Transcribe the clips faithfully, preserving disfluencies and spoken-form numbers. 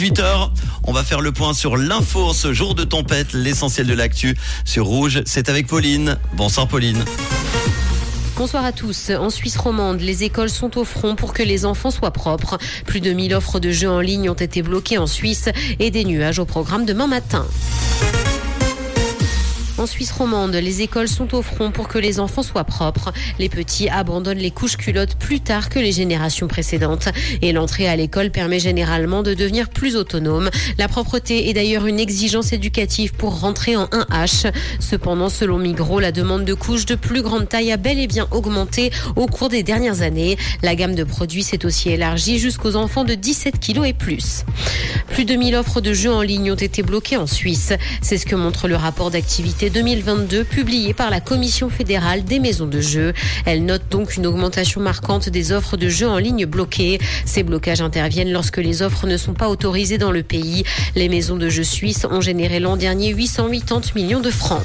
dix-huit heures, on va faire le point sur l'info ce jour de tempête, l'essentiel de l'actu sur Rouge. C'est avec Pauline. Bonsoir Pauline. Bonsoir à tous. En Suisse romande, les écoles sont au front pour que les enfants soient propres. Plus de mille offres de jeux en ligne ont été bloquées en Suisse et des nuages au programme demain matin. En Suisse romande, les écoles sont au front pour que les enfants soient propres. Les petits abandonnent les couches culottes plus tard que les générations précédentes. Et l'entrée à l'école permet généralement de devenir plus autonome. La propreté est d'ailleurs une exigence éducative pour rentrer en un H. Cependant, selon Migros, la demande de couches de plus grande taille a bel et bien augmenté au cours des dernières années. La gamme de produits s'est aussi élargie jusqu'aux enfants de dix-sept kilos et plus. Plus de mille offres de jeux en ligne ont été bloquées en Suisse. C'est ce que montre le rapport d'activité deux mille vingt-deux publié par la Commission fédérale des maisons de jeux. Elle note donc une augmentation marquante des offres de jeux en ligne bloquées. Ces blocages interviennent lorsque les offres ne sont pas autorisées dans le pays. Les maisons de jeux suisses ont généré l'an dernier huit cent quatre-vingts millions de francs.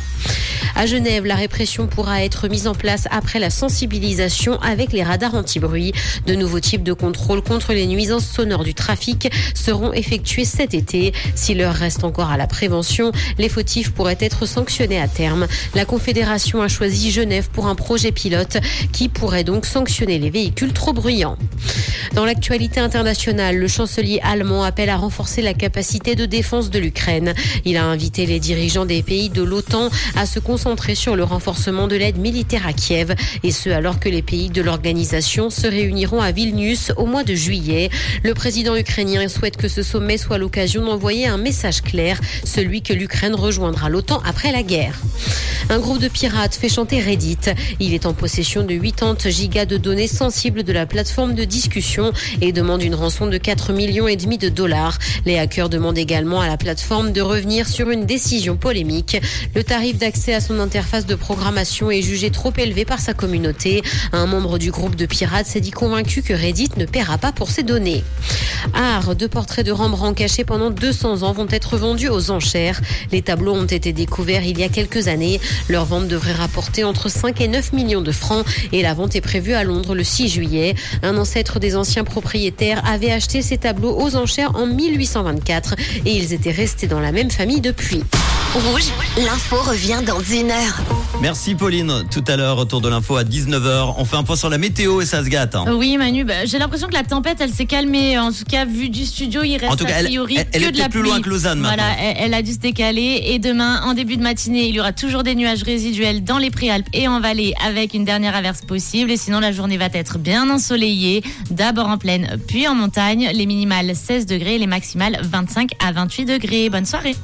À Genève, la répression pourra être mise en place après la sensibilisation avec les radars anti-bruit. De nouveaux types de contrôles contre les nuisances sonores du trafic seront effectués cet été. Si l'heure reste encore à la prévention, les fautifs pourraient être sanctionnés à terme. La Confédération a choisi Genève pour un projet pilote qui pourrait donc sanctionner les véhicules trop bruyants. Dans l'actualité internationale, le chancelier allemand appelle à renforcer la capacité de défense de l'Ukraine. Il a invité les dirigeants des pays de l'OTAN à se concentrer sur le renforcement de l'aide militaire à Kiev, et ce alors que les pays de l'organisation se réuniront à Vilnius au mois de juillet. Le président ukrainien souhaite que ce sommet soit l'occasion d'envoyer un message clair, celui que l'Ukraine rejoindra l'OTAN après la guerre. Un groupe de pirates fait chanter Reddit. Il est en possession de quatre-vingts gigas de données sensibles de la plateforme de discussion et demande une rançon de quatre millions et demi de dollars. Les hackers demandent également à la plateforme de revenir sur une décision polémique. Le tarif d'accès à son interface de programmation est jugé trop élevé par sa communauté. Un membre du groupe de pirates s'est dit convaincu que Reddit ne paiera pas pour ses données. Art, deux portraits de Rembrandt cachés pendant deux cents ans vont être vendus aux enchères. Les tableaux ont été découverts il y a quelques années. Leur vente devrait rapporter entre cinq et neuf millions de francs et la vente est prévue à Londres le six juillet. Un ancêtre des anciens propriétaires avait acheté ces tableaux aux enchères en mille huit cent vingt-quatre et ils étaient restés dans la même famille depuis. Rouge, l'info revient dans une heure. Merci Pauline. Tout à l'heure, retour de l'info à dix-neuf heures. On fait un point sur la météo et ça se gâte. Hein. Oui Manu, bah, j'ai l'impression que la tempête elle s'est calmée. En tout cas, vu du studio, il reste en tout cas, a priori elle, elle, elle que de la plus pluie. loin que Lausanne voilà, maintenant. elle, elle a dû se décaler. Et demain, en début de matinée, il y aura toujours des nuages résiduels dans les Préalpes et en vallée avec une dernière averse possible. Et sinon, la journée va être bien ensoleillée. D'abord en plaine, puis en montagne. Les minimales seize degrés, les maximales vingt-cinq à vingt-huit degrés. Bonne soirée.